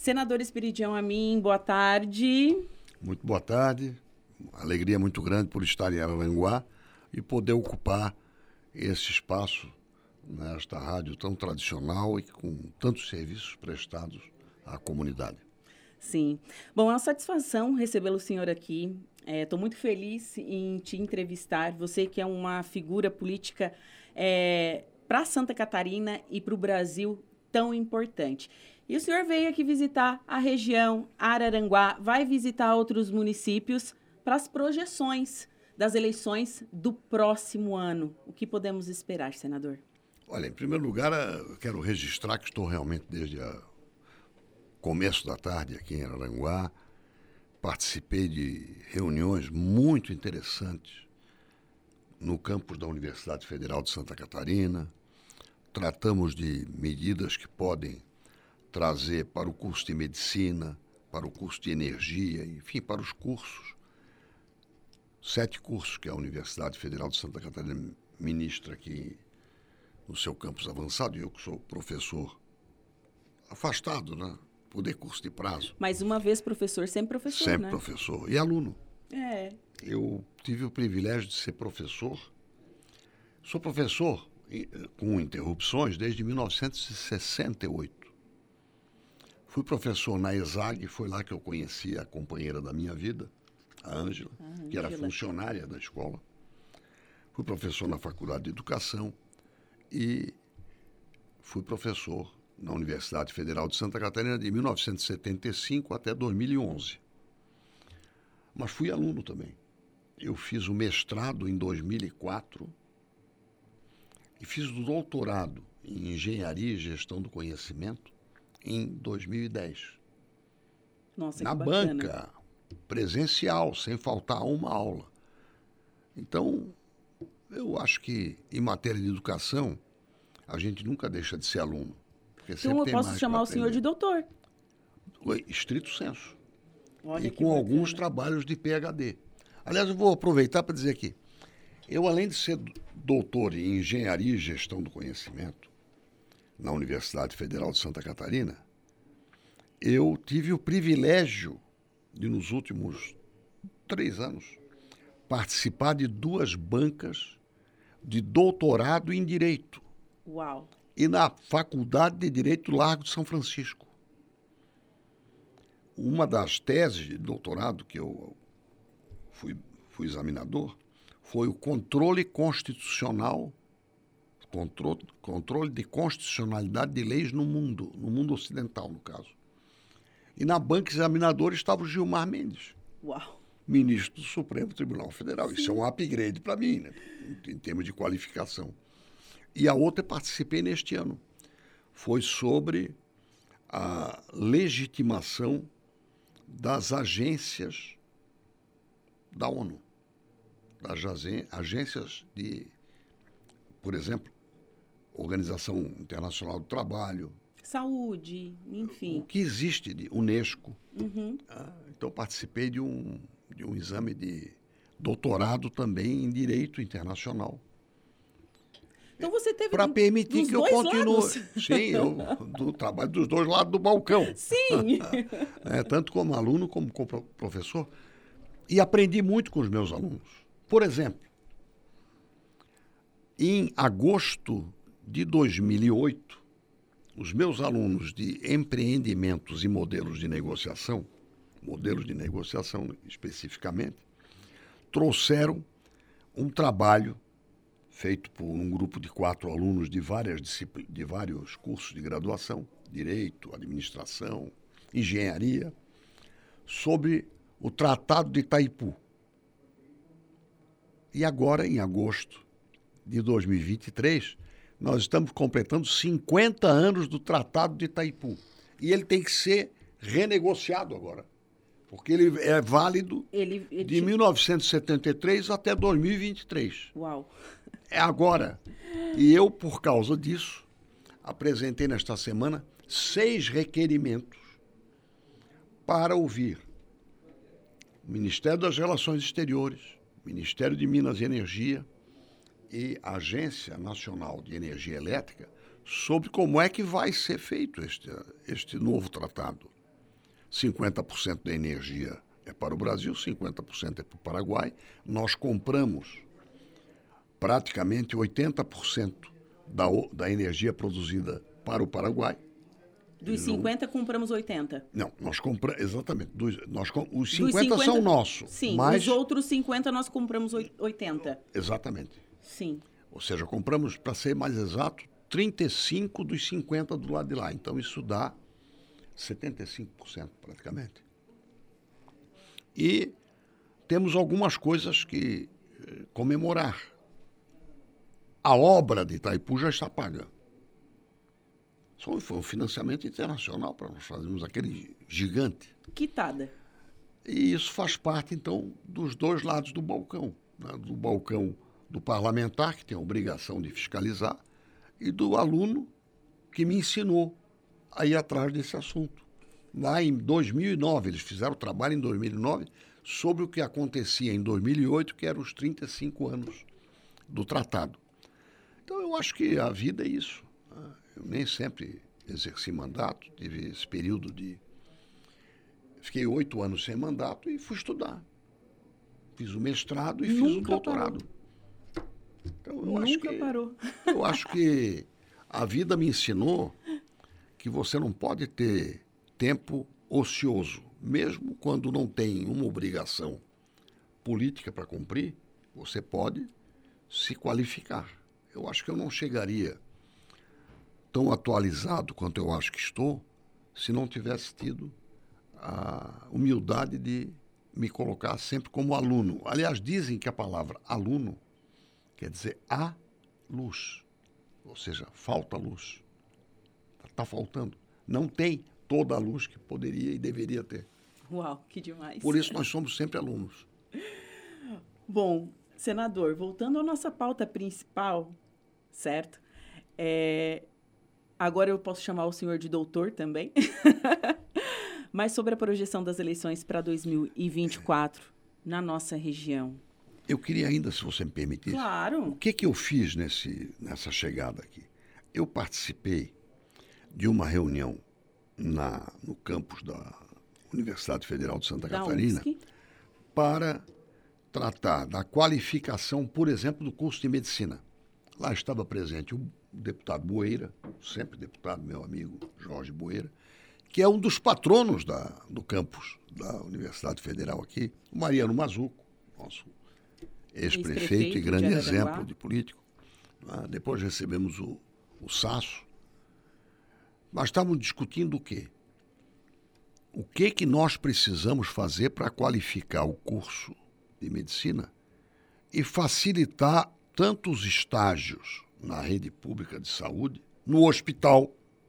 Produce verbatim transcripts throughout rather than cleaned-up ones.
Senador Esperidião Amin, boa tarde. Muito boa tarde. Alegria muito grande por estar em Araranguá e poder ocupar esse espaço nesta rádio tão tradicional e com tantos serviços prestados à comunidade. Sim. Bom, é uma satisfação recebê-lo, senhor, aqui. Estou é, muito feliz em te entrevistar. Você que é uma figura política é, para Santa Catarina e para o Brasil tão importante. E o senhor veio aqui visitar a região Araranguá, vai visitar outros municípios para as projeções das eleições do próximo ano. O que podemos esperar, senador? Olha, em primeiro lugar, eu quero registrar que estou realmente desde o começo da tarde aqui em Araranguá. Participei de reuniões muito interessantes no campus da Universidade Federal de Santa Catarina. Tratamos de medidas que podem trazer para o curso de medicina, para o curso de energia, enfim, para os cursos, sete cursos que a Universidade Federal de Santa Catarina ministra aqui no seu campus avançado, e eu que sou professor afastado, né? Poder curso de prazo. Mais uma vez professor, sempre professor, sempre né? Sempre professor. E aluno. É. Eu tive o privilégio de ser professor. Sou professor com interrupções desde mil novecentos e sessenta e oito. Fui professor na ESAG, foi lá que eu conheci a companheira da minha vida, a Ângela, ah, que era funcionária da escola. Fui professor na Faculdade de Educação e fui professor na Universidade Federal de Santa Catarina de mil novecentos e setenta e cinco até dois mil e onze. Mas fui aluno também. Eu fiz o mestrado em dois mil e quatro e fiz o doutorado em Engenharia e Gestão do Conhecimento em dois mil e dez. Nossa, na que bacana. banca, presencial, sem faltar uma aula. Então, eu acho que em matéria de educação, a gente nunca deixa de ser aluno. Então eu posso chamar o senhor de doutor. Estrito senso. Olha e que com bacana. Alguns trabalhos de P H D. Aliás, eu vou aproveitar para dizer aqui, eu além de ser doutor em Engenharia e Gestão do Conhecimento, na Universidade Federal de Santa Catarina, eu tive o privilégio de, nos últimos três anos, participar de duas bancas de doutorado em Direito. Uau! E na Faculdade de Direito do Largo de São Francisco. Uma das teses de doutorado que eu fui, fui examinador foi o controle constitucional Controle, controle de constitucionalidade de leis no mundo, no mundo ocidental, no caso. E na banca examinadora estava o Gilmar Mendes, Uau. ministro do Supremo Tribunal Federal. Sim. Isso é um upgrade para mim, né? em, em termos de qualificação. E a outra eu participei neste ano. Foi sobre a legitimação das agências da ONU, das agências de, por exemplo, Organização Internacional do Trabalho. Saúde, enfim. O que existe de Unesco. Uhum. Ah, então, participei de um, de um exame de doutorado também em Direito Internacional. Então, você teve para permitir dos que eu dois continue. Lados. Sim, eu do trabalho dos dois lados do balcão. Sim. é, tanto como aluno como como professor. E aprendi muito com os meus alunos. Por exemplo, em agosto de dois mil e oito, os meus alunos de empreendimentos e modelos de negociação, modelos de negociação especificamente, trouxeram um trabalho feito por um grupo de quatro alunos de, várias discipl- de vários cursos de graduação, Direito, Administração, Engenharia, sobre o Tratado de Itaipu. E agora, em agosto de dois mil e vinte e três, nós estamos completando cinquenta anos do Tratado de Itaipu. E ele tem que ser renegociado agora, porque ele é válido ele, ele... de mil novecentos e setenta e três até dois mil e vinte e três. Uau! É agora. E eu, por causa disso, apresentei nesta semana seis requerimentos para ouvir o Ministério das Relações Exteriores, Ministério de Minas e Energia e a Agência Nacional de Energia Elétrica sobre como é que vai ser feito este, este novo tratado. cinquenta por cento da energia é para o Brasil, cinquenta por cento é para o Paraguai. Nós compramos praticamente oitenta por cento da, da energia produzida para o Paraguai. Dos cinquenta, compramos oitenta. Não, nós compramos, exatamente. Dos, nós, os cinquenta, cinquenta são nossos. Sim, mas... os outros cinquenta nós compramos oitenta. Exatamente. Sim. Ou seja, compramos, para ser mais exato, trinta e cinco dos cinquenta do lado de lá. Então, isso dá setenta e cinco por cento praticamente. E temos algumas coisas que eh, comemorar. A obra de Itaipu já está paga. Só foi um financiamento internacional para nós fazermos aquele gigante. Quitada. E isso faz parte, então, dos dois lados do balcão. Né? Do balcão do parlamentar, que tem a obrigação de fiscalizar, e do aluno que me ensinou a ir atrás desse assunto. Lá em dois mil e nove, eles fizeram o trabalho em dois mil e nove sobre o que acontecia em dois mil e oito, que eram os trinta e cinco anos do tratado. Então, eu acho que a vida é isso. Eu nem sempre exerci mandato, tive esse período de... Fiquei oito anos sem mandato e fui estudar. Fiz o mestrado e Nunca fiz o doutorado. Parou. Então, eu Nunca acho que, parou. Eu acho que a vida me ensinou que você não pode ter tempo ocioso. Mesmo quando não tem uma obrigação política para cumprir, você pode se qualificar. Eu acho que eu não chegaria tão atualizado quanto eu acho que estou se não tivesse tido a humildade de me colocar sempre como aluno. Aliás, dizem que a palavra aluno quer dizer a luz, ou seja, falta luz. Está faltando. Não tem toda a luz que poderia e deveria ter. Uau, que demais. Por isso nós somos sempre alunos. Bom, senador, voltando à nossa pauta principal, certo? É... Agora eu posso chamar o senhor de doutor também. Mas sobre a projeção das eleições para dois mil e vinte e quatro na nossa região. Eu queria ainda, se você me permitisse... Claro. O que, que eu fiz nesse, nessa chegada aqui? Eu participei de uma reunião na, no campus da Universidade Federal de Santa da Catarina U F S C, para tratar da qualificação, por exemplo, do curso de medicina. Lá estava presente o deputado Boeira, sempre deputado, meu amigo Jorge Boeira, que é um dos patronos da, do campus da Universidade Federal aqui, o Mariano Mazuco, nosso ex-prefeito e grande de exemplo de político. Ah, depois recebemos o, o Sasso. Mas estávamos discutindo o quê? O que, que nós precisamos fazer para qualificar o curso de medicina e facilitar tanto os estágios na rede pública de saúde, no hospital,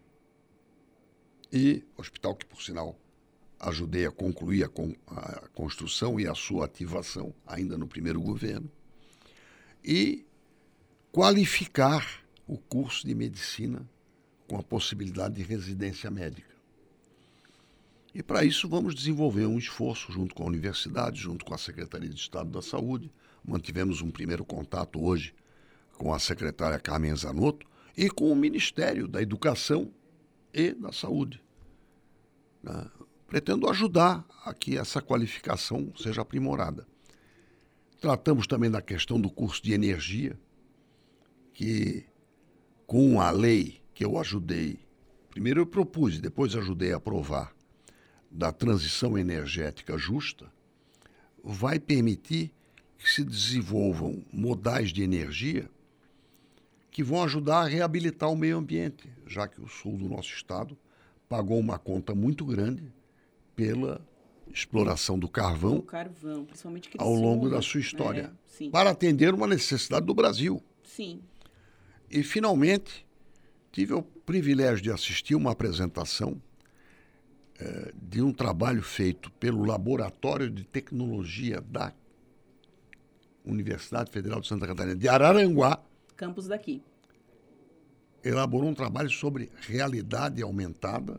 e hospital que, por sinal, ajudei a concluir a, con, a construção e a sua ativação, ainda no primeiro governo, e qualificar o curso de medicina com a possibilidade de residência médica. E, para isso, vamos desenvolver um esforço junto com a universidade, junto com a Secretaria de Estado da Saúde. Mantivemos um primeiro contato hoje com a secretária Carmen Zanotto e com o Ministério da Educação e da Saúde. Né? Pretendo ajudar a que essa qualificação seja aprimorada. Tratamos também da questão do curso de energia, que com a lei que eu ajudei, primeiro eu propus e depois ajudei a aprovar, da transição energética justa, vai permitir que se desenvolvam modais de energia que vão ajudar a reabilitar o meio ambiente, já que o sul do nosso estado pagou uma conta muito grande pela exploração do carvão, do carvão principalmente ao longo da sua história, é, para atender uma necessidade do Brasil. Sim. E, finalmente, tive o privilégio de assistir uma apresentação eh, de um trabalho feito pelo Laboratório de Tecnologia da Universidade Federal de Santa Catarina, de Araranguá. Campus daqui. Elaborou um trabalho sobre realidade aumentada,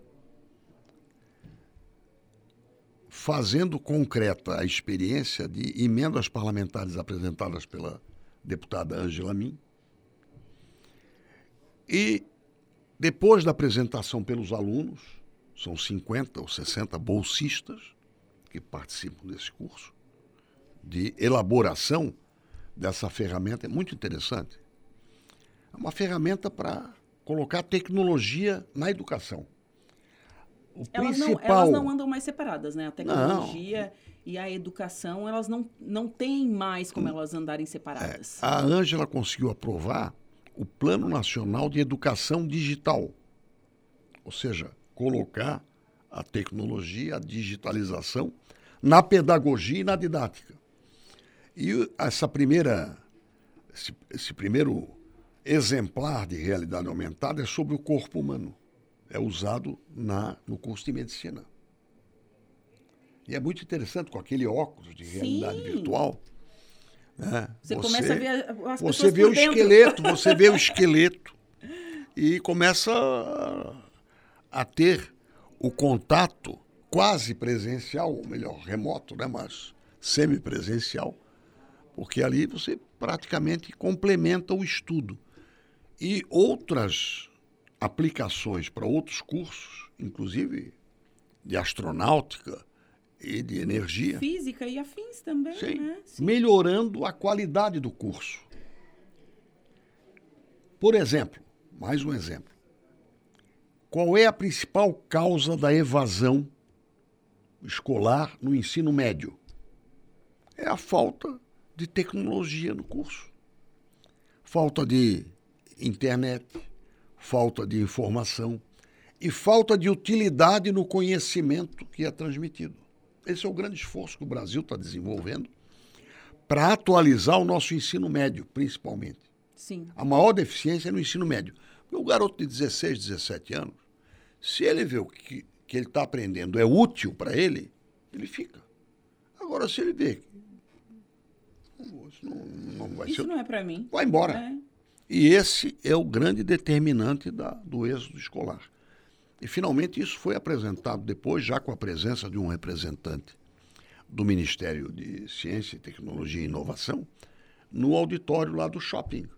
fazendo concreta a experiência de emendas parlamentares apresentadas pela deputada Ângela Min. E, depois da apresentação pelos alunos, são cinquenta ou sessenta bolsistas que participam desse curso de elaboração dessa ferramenta. É muito interessante. É uma ferramenta para colocar tecnologia na educação. O Elas, principal... não, elas não andam mais separadas, né? A tecnologia não. e a educação, elas não, não têm mais como elas andarem separadas. É, a Ângela conseguiu aprovar o Plano Nacional de Educação Digital. Ou seja, colocar a tecnologia, a digitalização na pedagogia e na didática. E essa primeira, esse, esse primeiro exemplar de realidade aumentada é sobre o corpo humano. É usado na, no curso de medicina. E é muito interessante, com aquele óculos de realidade Sim. virtual. Né? Você, você começa a ver as pessoas Você vê o dentro. esqueleto, você vê o esqueleto e começa a, a ter o contato quase presencial, ou melhor, remoto, né? Mas semipresencial, porque ali você praticamente complementa o estudo. E outras aplicações para outros cursos, inclusive de astronáutica e de energia. Física e afins também, Sim. né? Sim. Melhorando a qualidade do curso. Por exemplo, mais um exemplo. Qual é a principal causa da evasão escolar no ensino médio? É a falta de tecnologia no curso. Falta de internet, falta de informação e falta de utilidade no conhecimento que é transmitido. Esse é o grande esforço que o Brasil está desenvolvendo para atualizar o nosso ensino médio, principalmente. Sim. A maior deficiência é no ensino médio. O garoto de dezesseis, dezessete anos, se ele vê o que, que ele está aprendendo é útil para ele, ele fica. Agora, se ele vê que isso não, não vai isso ser... não é para mim. Vai embora. É. E esse é o grande determinante da, do êxodo escolar. E, finalmente, isso foi apresentado depois, já com a presença de um representante do Ministério de Ciência, Tecnologia e Inovação, no auditório lá do shopping.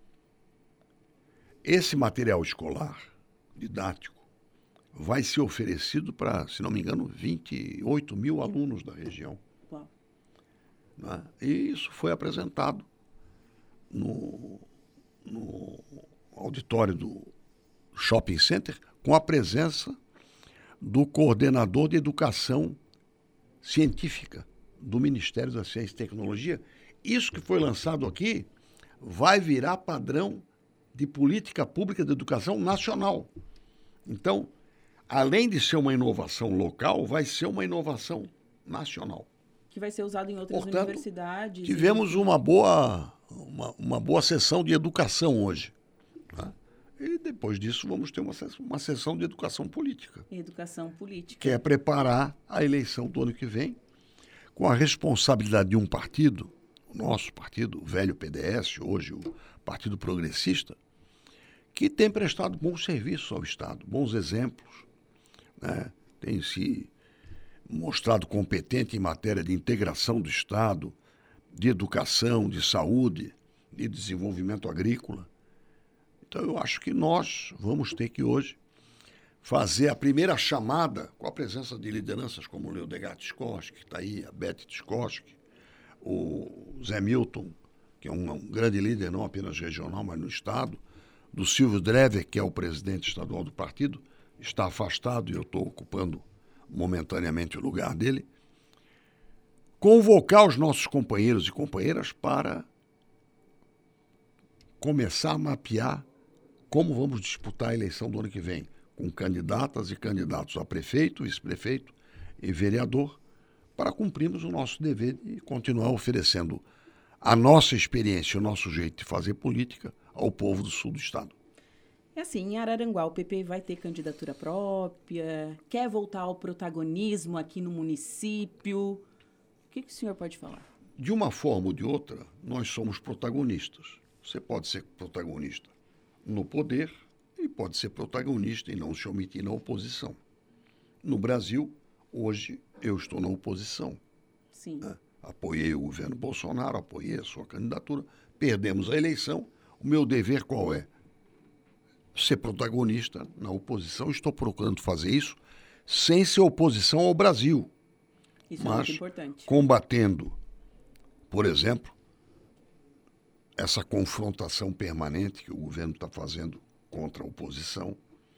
Esse material escolar, didático, vai ser oferecido para, se não me engano, vinte e oito mil alunos da região. Uau. Né? E isso foi apresentado no, no auditório do Shopping Center, com a presença do coordenador de educação científica do Ministério da Ciência e Tecnologia. Isso que foi lançado aqui vai virar padrão de política pública de educação nacional. Então, além de ser uma inovação local, vai ser uma inovação nacional. Que vai ser usado em outras Portanto, universidades. Tivemos e... uma boa, uma, uma boa sessão de educação hoje. Tá? E depois disso vamos ter uma, uma sessão de educação política. Educação política. Que é preparar a eleição do ano que vem com a responsabilidade de um partido, o nosso partido, o velho P D S, hoje o Partido Progressista, que tem prestado bons serviços ao Estado, bons exemplos, né? Tem se mostrado competente em matéria de integração do Estado, de educação, de saúde, de desenvolvimento agrícola. Então, eu acho que nós vamos ter que hoje fazer a primeira chamada com a presença de lideranças como o Leodegar Tiscoski, que está aí, a Beth Tiscoski, o Zé Milton, que é um, um grande líder, não apenas regional, mas no Estado, do Silvio Drever, que é o presidente estadual do partido, está afastado e eu estou ocupando momentaneamente o lugar dele, convocar os nossos companheiros e companheiras para começar a mapear como vamos disputar a eleição do ano que vem, com candidatas e candidatos a prefeito, vice-prefeito e vereador, para cumprirmos o nosso dever de continuar oferecendo a nossa experiência, o nosso jeito de fazer política ao povo do sul do estado. É assim, em Araranguá, o P P vai ter candidatura própria, quer voltar ao protagonismo aqui no município. O que, que o senhor pode falar? De uma forma ou de outra, nós somos protagonistas. Você pode ser protagonista no poder e pode ser protagonista e não se omitir na oposição. No Brasil, hoje, eu estou na oposição. Sim. Né? Apoiei o governo Bolsonaro, apoiei a sua candidatura, perdemos a eleição. O meu dever qual é? Ser protagonista na oposição. Estou procurando fazer isso sem ser oposição ao Brasil. Isso mas é muito importante. Combatendo, por exemplo, essa confrontação permanente que o governo está fazendo contra a oposição,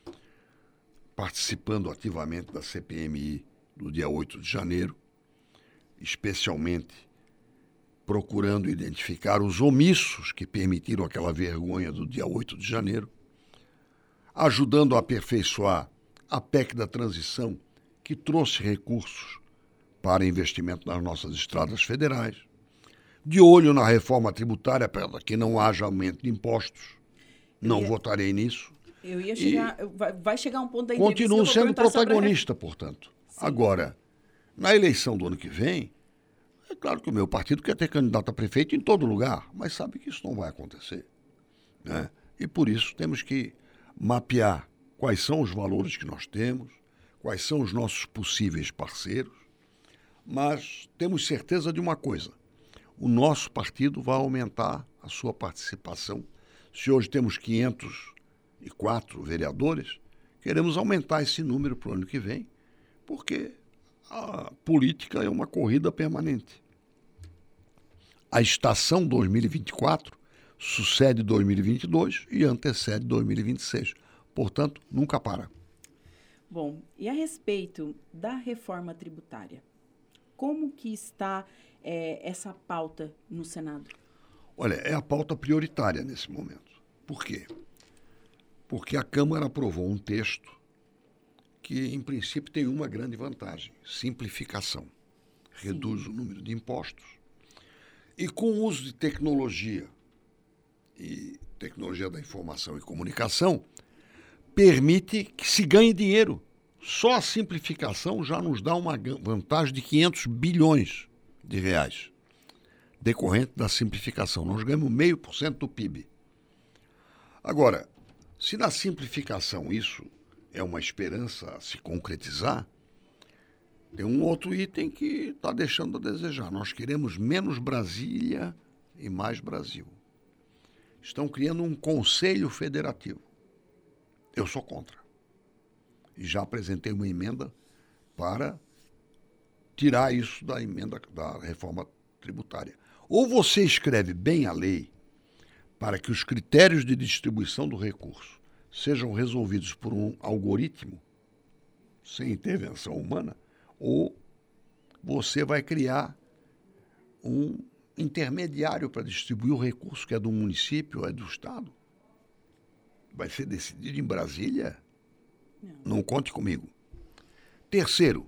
participando ativamente da C P M I do dia oito de janeiro, especialmente procurando identificar os omissos que permitiram aquela vergonha do dia oito de janeiro, ajudando a aperfeiçoar a P E C da transição, que trouxe recursos para investimento nas nossas estradas federais, de olho na reforma tributária para que não haja aumento de impostos. Não ia, votarei nisso. Eu ia chegar, e vai, vai chegar um ponto da entrevista. Continuo sendo protagonista, sobre... portanto. Sim. Agora, na eleição do ano que vem, é claro que o meu partido quer ter candidato a prefeito em todo lugar, mas sabe que isso não vai acontecer, né? E por isso temos que mapear quais são os valores que nós temos, quais são os nossos possíveis parceiros, mas temos certeza de uma coisa: o nosso partido vai aumentar a sua participação. Se hoje temos quinhentos e quatro vereadores, queremos aumentar esse número para o ano que vem, porque a política é uma corrida permanente. A estação dois mil e vinte e quatro sucede dois mil e vinte e dois e antecede dois mil e vinte e seis. Portanto, nunca para. Bom, e a respeito da reforma tributária, como que está é, essa pauta no Senado? Olha, é a pauta prioritária nesse momento. Por quê? Porque a Câmara aprovou um texto que, em princípio, tem uma grande vantagem: simplificação. Reduz Sim. o número de impostos. E com o uso de tecnologia e tecnologia da informação e comunicação, permite que se ganhe dinheiro. Só a simplificação já nos dá uma vantagem de quinhentos bilhões de reais, decorrente da simplificação. Nós ganhamos meio por cento do P I B. Agora, se na simplificação isso é uma esperança a se concretizar, tem um outro item que está deixando a desejar. Nós queremos menos Brasília e mais Brasil. Estão criando um conselho federativo. Eu sou contra. E já apresentei uma emenda para tirar isso da emenda da reforma tributária. Ou você escreve bem a lei para que os critérios de distribuição do recurso sejam resolvidos por um algoritmo sem intervenção humana, ou você vai criar um intermediário para distribuir o recurso, que é do município, é do Estado. Vai ser decidido em Brasília? Não, Não conte comigo. Terceiro,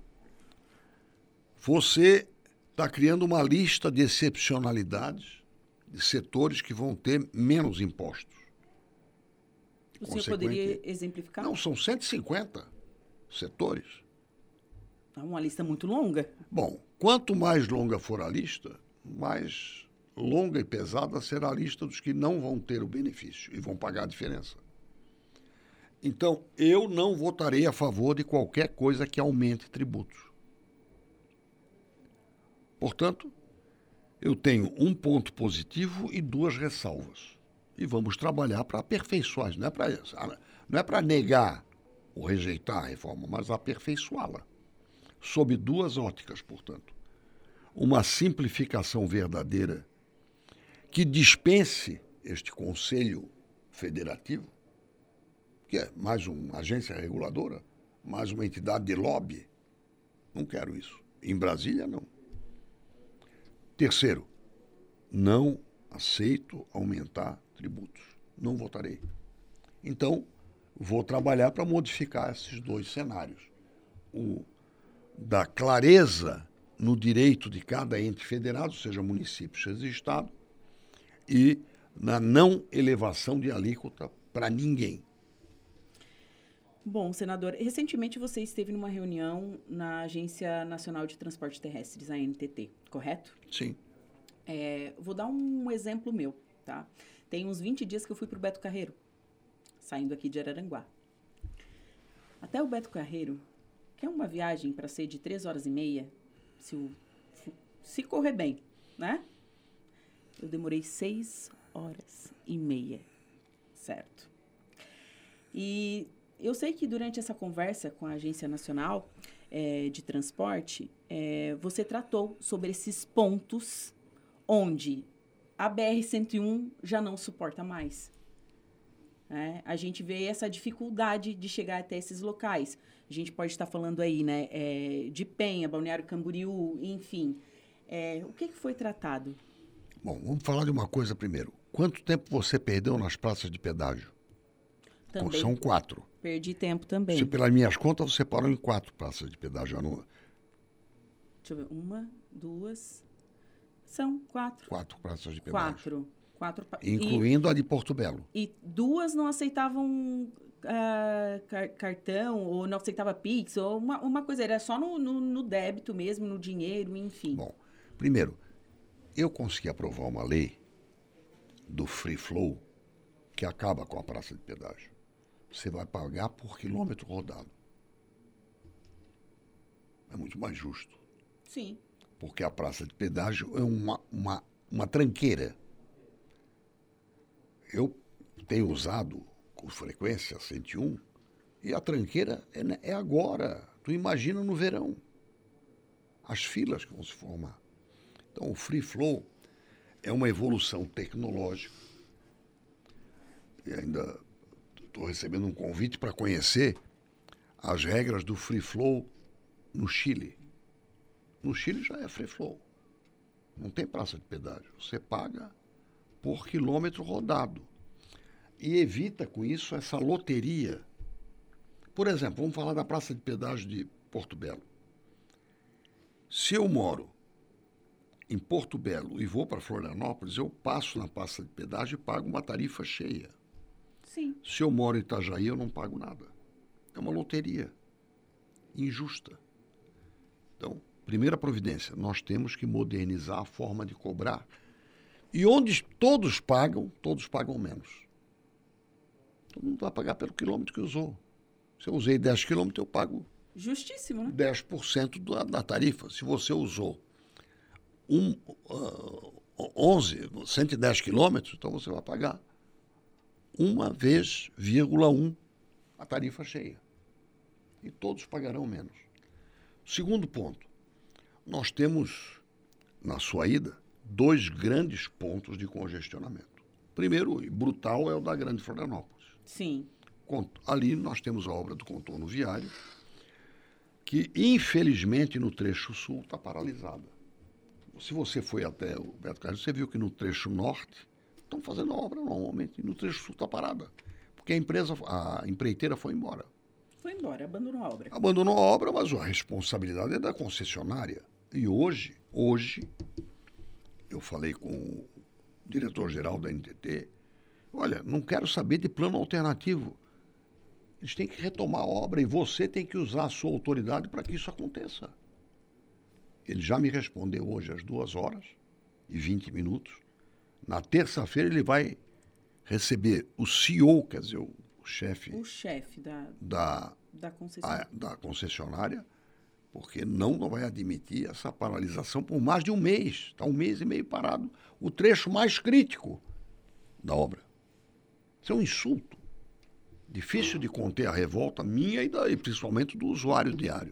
você está criando uma lista de excepcionalidades de setores que vão ter menos impostos. O senhor poderia exemplificar? Não, são cento e cinquenta setores. É uma lista muito longa. Bom, quanto mais longa for a lista, mais longa e pesada será a lista dos que não vão ter o benefício e vão pagar a diferença. Então, eu não votarei a favor de qualquer coisa que aumente tributos. Portanto, eu tenho um ponto positivo e duas ressalvas. E vamos trabalhar para aperfeiçoar. Não é para não é para negar ou rejeitar a reforma, mas aperfeiçoá-la. Sob duas óticas, portanto. Uma simplificação verdadeira que dispense este Conselho Federativo, que é mais uma agência reguladora, mais uma entidade de lobby. Não quero isso. Em Brasília, não. Terceiro, não aceito aumentar tributos. Não votarei. Então, vou trabalhar para modificar esses dois cenários. O da clareza no direito de cada ente federado, seja município, seja estado, e na não elevação de alíquota para ninguém. Bom, senador, recentemente você esteve numa reunião na Agência Nacional de Transporte Terrestres, a A N T T, correto? Sim. É, vou dar um exemplo meu, tá? Tem uns vinte dias que eu fui para o Beto Carreiro, saindo aqui de Araranguá. Até o Beto Carreiro, que é uma viagem para ser de três horas e meia, se, o, se correr bem, né? Eu demorei seis horas e meia, certo? E eu sei que durante essa conversa com a Agência Nacional é, de Transporte, é, você tratou sobre esses pontos onde a B R cento e um já não suporta mais. Né? A gente vê essa dificuldade de chegar até esses locais. A gente pode estar falando aí, né, é, de Penha, Balneário Camboriú, enfim. É, o que, que foi tratado? Bom, vamos falar de uma coisa primeiro. Quanto tempo você perdeu nas praças de pedágio? Também São quatro. perdi tempo também. Se pelas minhas contas, você parou em quatro praças de pedágio. Não... Deixa eu ver. Uma, duas... São quatro. Quatro praças de pedágio. Quatro. Quatro. Incluindo e, a de Porto Belo. E duas não aceitavam uh, car cartão, ou não aceitava Pix, ou uma, uma coisa. Era só no, no, no débito mesmo, no dinheiro, enfim. Bom, primeiro, eu consegui aprovar uma lei do Free Flow que acaba com a praça de pedágio. Você vai pagar por quilômetro rodado. É muito mais justo. Sim. Porque a praça de pedágio é uma, uma, uma tranqueira. Eu tenho usado com frequência a cento e um e a tranqueira é, é agora. Tu imagina no verão. As filas que vão se formar. Então, o Free Flow é uma evolução tecnológica. E ainda estou recebendo um convite para conhecer as regras do Free Flow no Chile. No Chile já é Free Flow. Não tem praça de pedágio. Você paga por quilômetro rodado. E evita com isso essa loteria. Por exemplo, vamos falar da praça de pedágio de Porto Belo. Se eu moro em Porto Belo e vou para Florianópolis, eu passo na praça de pedágio e pago uma tarifa cheia. Sim. Se eu moro em Itajaí, eu não pago nada. É uma loteria injusta. Então, primeira providência, nós temos que modernizar a forma de cobrar. E onde todos pagam, todos pagam menos. Todo mundo vai pagar pelo quilômetro que usou. Se eu usei dez quilômetros, eu pago justíssimo, né? dez por cento da, da tarifa. Se você usou um, uh, onze, cento e dez quilômetros, então você vai pagar uma vez, vírgula um, a tarifa cheia. E todos pagarão menos. Segundo ponto, nós temos, na sua ida, dois grandes pontos de congestionamento. Primeiro, e brutal, é o da Grande Florianópolis. Sim. Ali nós temos a obra do contorno viário, que, infelizmente, no trecho sul está paralisada. Se você foi até o Beto Carreiro, você viu que no trecho norte estão fazendo a obra normalmente, e no trecho sul está parada, porque a empresa, a empreiteira foi embora. Foi embora, abandonou a obra. Abandonou a obra, mas a responsabilidade é da concessionária. E hoje, hoje, eu falei com o diretor-geral da N T T, olha, não quero saber de plano alternativo. Eles têm que retomar a obra e você tem que usar a sua autoridade para que isso aconteça. Ele já me respondeu hoje às duas horas e vinte minutos. Na terça-feira ele vai receber o C E O, quer dizer, o chefe... O chefe da, da, da, concessionária. A, da concessionária, porque não, não vai admitir essa paralisação por mais de um mês. Está um mês e meio parado. O trecho mais crítico da obra. Isso é um insulto. Difícil de conter a revolta minha e, da, e principalmente do usuário diário.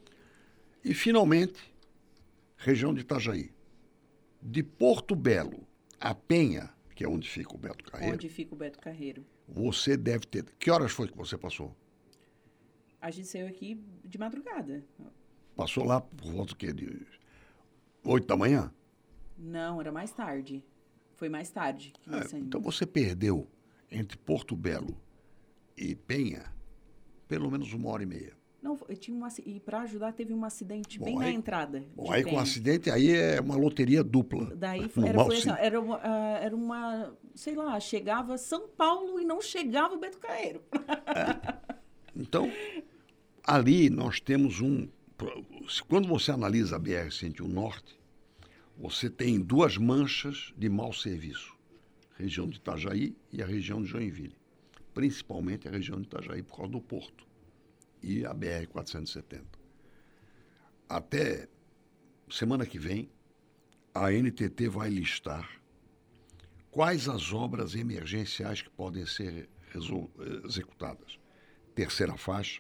E, finalmente, região de Itajaí. De Porto Belo a Penha, que é onde fica o Beto Carreiro. Onde fica o Beto Carreiro. Você deve ter... Que horas foi que você passou? A gente saiu aqui de madrugada. Passou lá por volta do quê? De oito da manhã? Não, era mais tarde. Foi mais tarde que nós É, saímos. então você perdeu entre Porto Belo e Penha pelo menos uma hora e meia. Não, eu tinha um, e para ajudar teve um acidente Bom, bem aí, na entrada. Bom, aí Penha. com acidente aí é uma loteria dupla. Daí foi, era, foi assim, era, uma, era uma, sei lá, chegava São Paulo e não chegava o Beto Carreiro. É. Então, ali nós temos um... Quando você analisa a B R cento e um Norte, você tem duas manchas de mau serviço. A região de Itajaí e a região de Joinville. Principalmente a região de Itajaí por causa do porto. E a B R quatrocentos e setenta. Até semana que vem, a N T T vai listar quais as obras emergenciais que podem ser executadas. terceira faixa,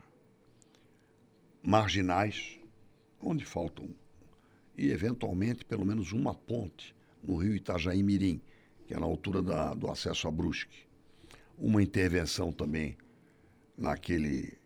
marginais, onde faltam, e eventualmente pelo menos uma ponte no rio Itajaí-Mirim, que é na altura da, do acesso a Brusque. Uma intervenção também naquele,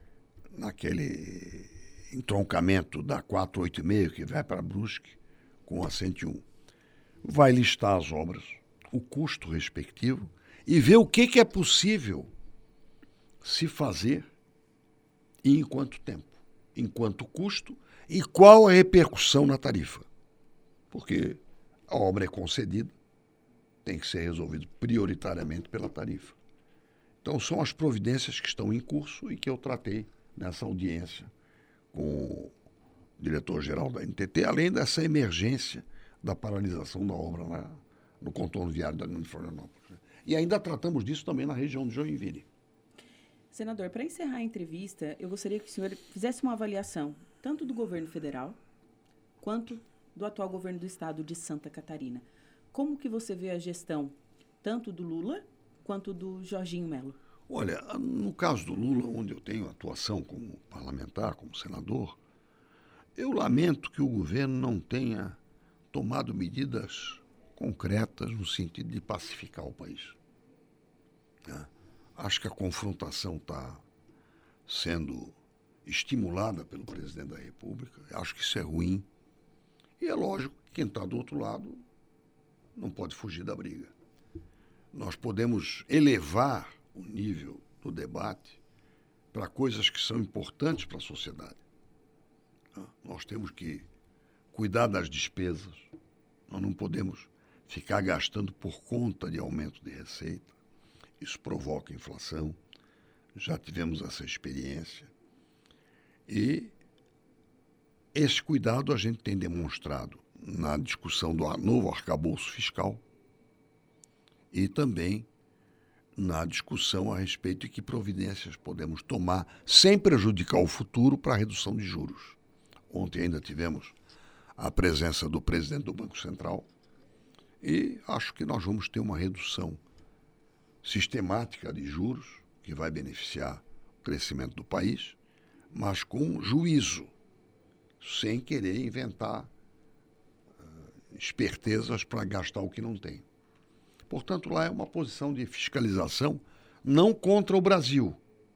naquele entroncamento da quatrocentos e oitenta e seis, que vai para Brusque, com a cento e um. Vai listar as obras, o custo respectivo, e ver o que, que é possível se fazer e em quanto tempo, em quanto custo e qual a repercussão na tarifa. Porque a obra é concedida, tem que ser resolvido prioritariamente pela tarifa. Então, são as providências que estão em curso e que eu tratei nessa audiência com o diretor-geral da N T T, além dessa emergência da paralisação da obra lá no contorno viário da Grande Florianópolis. E ainda tratamos disso também na região de Joinville. Senador, para encerrar a entrevista, eu gostaria que o senhor fizesse uma avaliação tanto do governo federal quanto do atual governo do estado de Santa Catarina. Como que você vê a gestão tanto do Lula quanto do Jorginho Melo? Olha, no caso do Lula, onde eu tenho atuação como parlamentar, como senador, eu lamento que o governo não tenha tomado medidas concretas no sentido de pacificar o país. É. Acho que a confrontação está sendo estimulada pelo presidente da República. Acho que isso é ruim. E é lógico que quem está do outro lado não pode fugir da briga. Nós podemos elevar o nível do debate para coisas que são importantes para a sociedade. Nós temos que cuidar das despesas. Nós não podemos ficar gastando por conta de aumento de receita. Isso provoca inflação. Já tivemos essa experiência. E esse cuidado a gente tem demonstrado na discussão do novo arcabouço fiscal e também na discussão a respeito de que providências podemos tomar sem prejudicar o futuro para a redução de juros. Ontem ainda tivemos a presença do presidente do Banco Central e acho que nós vamos ter uma redução sistemática de juros que vai beneficiar o crescimento do país, mas com juízo, sem querer inventar uh, espertezas para gastar o que não tem. Portanto, lá é uma posição de fiscalização não contra o Brasil,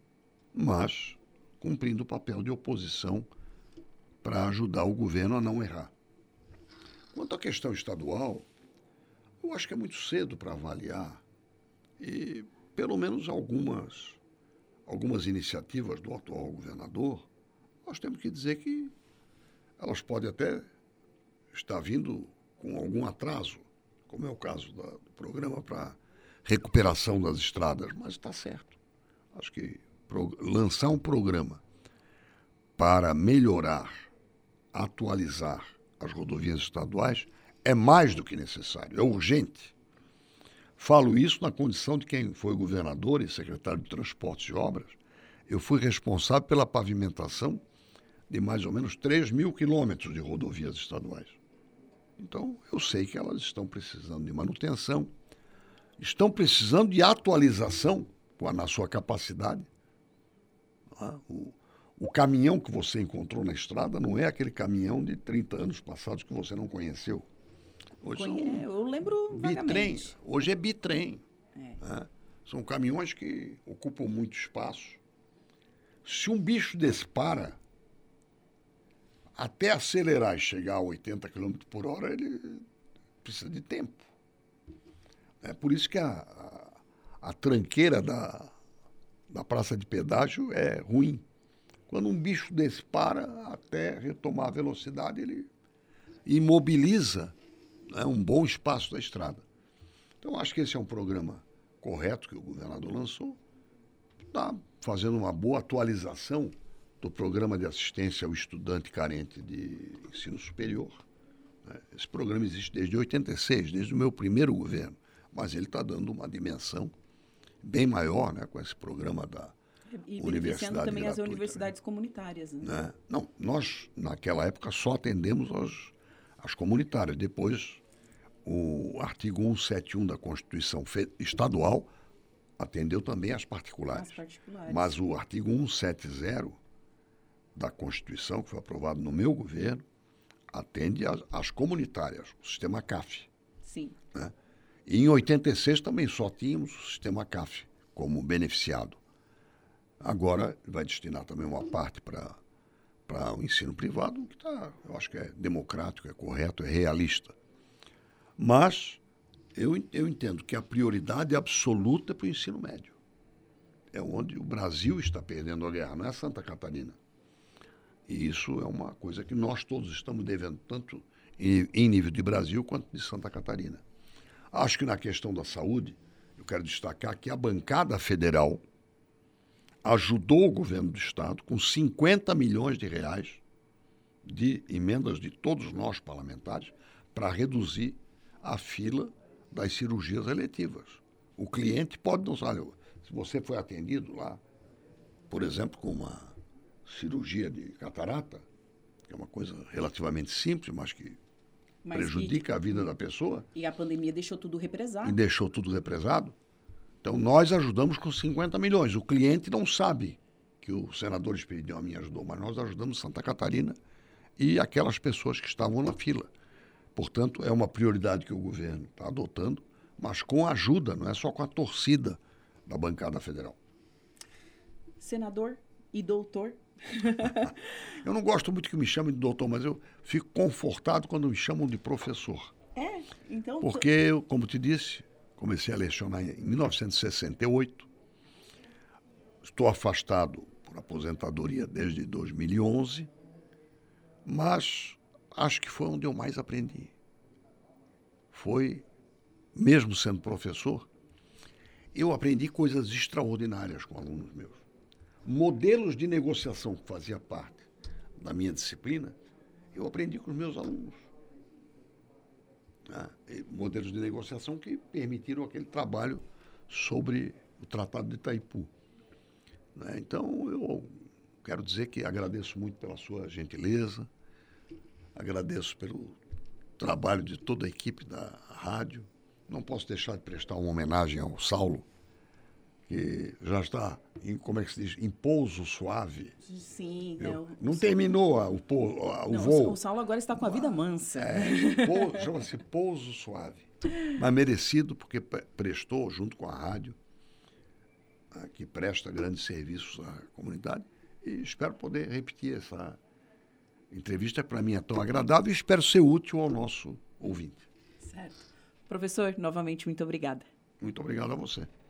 mas cumprindo o papel de oposição para ajudar o governo a não errar. Quanto à questão estadual, eu acho que é muito cedo para avaliar e, pelo menos, algumas, algumas iniciativas do atual governador, nós temos que dizer que elas podem até estar vindo com algum atraso, como é o caso da, do programa para recuperação das estradas, mas está certo. Acho que pro, lançar um programa para melhorar, atualizar as rodovias estaduais é mais do que necessário, é urgente. Falo isso na condição de quem foi governador e secretário de Transportes e Obras. Eu fui responsável pela pavimentação de mais ou menos três mil quilômetros de rodovias estaduais. Então, eu sei que elas estão precisando de manutenção, estão precisando de atualização na sua capacidade. O, o caminhão que você encontrou na estrada não é aquele caminhão de trinta anos passados que você não conheceu. Hoje Conhe... são eu lembro bitrem. vagamente. Hoje é bitrem. É. Né? São caminhões que ocupam muito espaço. Se um bicho dispara, até acelerar e chegar a oitenta quilômetros por hora, ele precisa de tempo. É por isso que a, a, a tranqueira da, da praça de pedágio é ruim. Quando um bicho dispara, até retomar a velocidade, ele imobiliza, né, um bom espaço da estrada. Então, acho que esse é um programa correto que o governador lançou. Está fazendo uma boa atualização do programa de assistência ao estudante carente de ensino superior. Esse programa existe desde oitenta e seis, desde o meu primeiro governo, mas ele está dando uma dimensão bem maior, né, com esse programa da e universidade também gratuita, as universidades, né, comunitárias. Né? Né? Não, nós, naquela época, só atendemos as, as comunitárias. Depois, o artigo cento e setenta e um da Constituição Estadual atendeu também as particulares. As particulares. Mas o artigo cento e setenta da Constituição, que foi aprovado no meu governo, atende às, às comunitárias, o sistema C A F. Sim. Né? E em oitenta e seis também só tínhamos o sistema C A F como beneficiado. Agora vai destinar também uma parte para para o ensino privado, que tá, eu acho que é democrático, é correto, é realista. Mas eu, eu entendo que a prioridade absoluta é para o ensino médio. É onde o Brasil está perdendo a guerra, não é Santa Catarina. E isso é uma coisa que nós todos estamos devendo, tanto em, em nível de Brasil quanto de Santa Catarina. Acho que na questão da saúde, eu quero destacar que a bancada federal ajudou o governo do Estado com cinquenta milhões de reais de emendas de todos nós parlamentares para reduzir a fila das cirurgias eletivas. O cliente pode não saber. Se você foi atendido lá, por exemplo, com uma cirurgia de catarata, que é uma coisa relativamente simples, mas que mas prejudica e, a vida da pessoa. E a pandemia deixou tudo represado. E deixou tudo represado. Então, nós ajudamos com cinquenta milhões. O cliente não sabe que o senador Esperidião a mim ajudou, mas nós ajudamos Santa Catarina e aquelas pessoas que estavam na fila. Portanto, é uma prioridade que o governo está adotando, mas com ajuda, não é só com a torcida da bancada federal. Senador e doutor. Eu não gosto muito que me chamem de doutor, mas eu fico confortado quando me chamam de professor. É, então... Porque, eu, como te disse, comecei a lecionar em mil novecentos e sessenta e oito. Estou afastado por aposentadoria desde dois mil e onze, mas acho que foi onde eu mais aprendi. Foi, mesmo sendo professor, eu aprendi coisas extraordinárias com alunos meus. Modelos de negociação que fazia parte da minha disciplina, eu aprendi com os meus alunos. Ah, modelos de negociação que permitiram aquele trabalho sobre o Tratado de Itaipu. Né? Então, eu quero dizer que agradeço muito pela sua gentileza, agradeço pelo trabalho de toda a equipe da rádio. Não posso deixar de prestar uma homenagem ao Saulo, que já está, em, como é que se diz, em pouso suave. Sim. Eu, não, não terminou a, o, pou, a, o não, voo. O Saulo agora está com a vida mansa. É, pou, chama-se pouso suave. Mas merecido, porque prestou, junto com a rádio, que presta grandes serviços à comunidade, e espero poder repetir essa entrevista, que para mim é tão agradável, e espero ser útil ao nosso ouvinte. Certo. Professor, novamente, muito obrigada. Muito obrigado a você.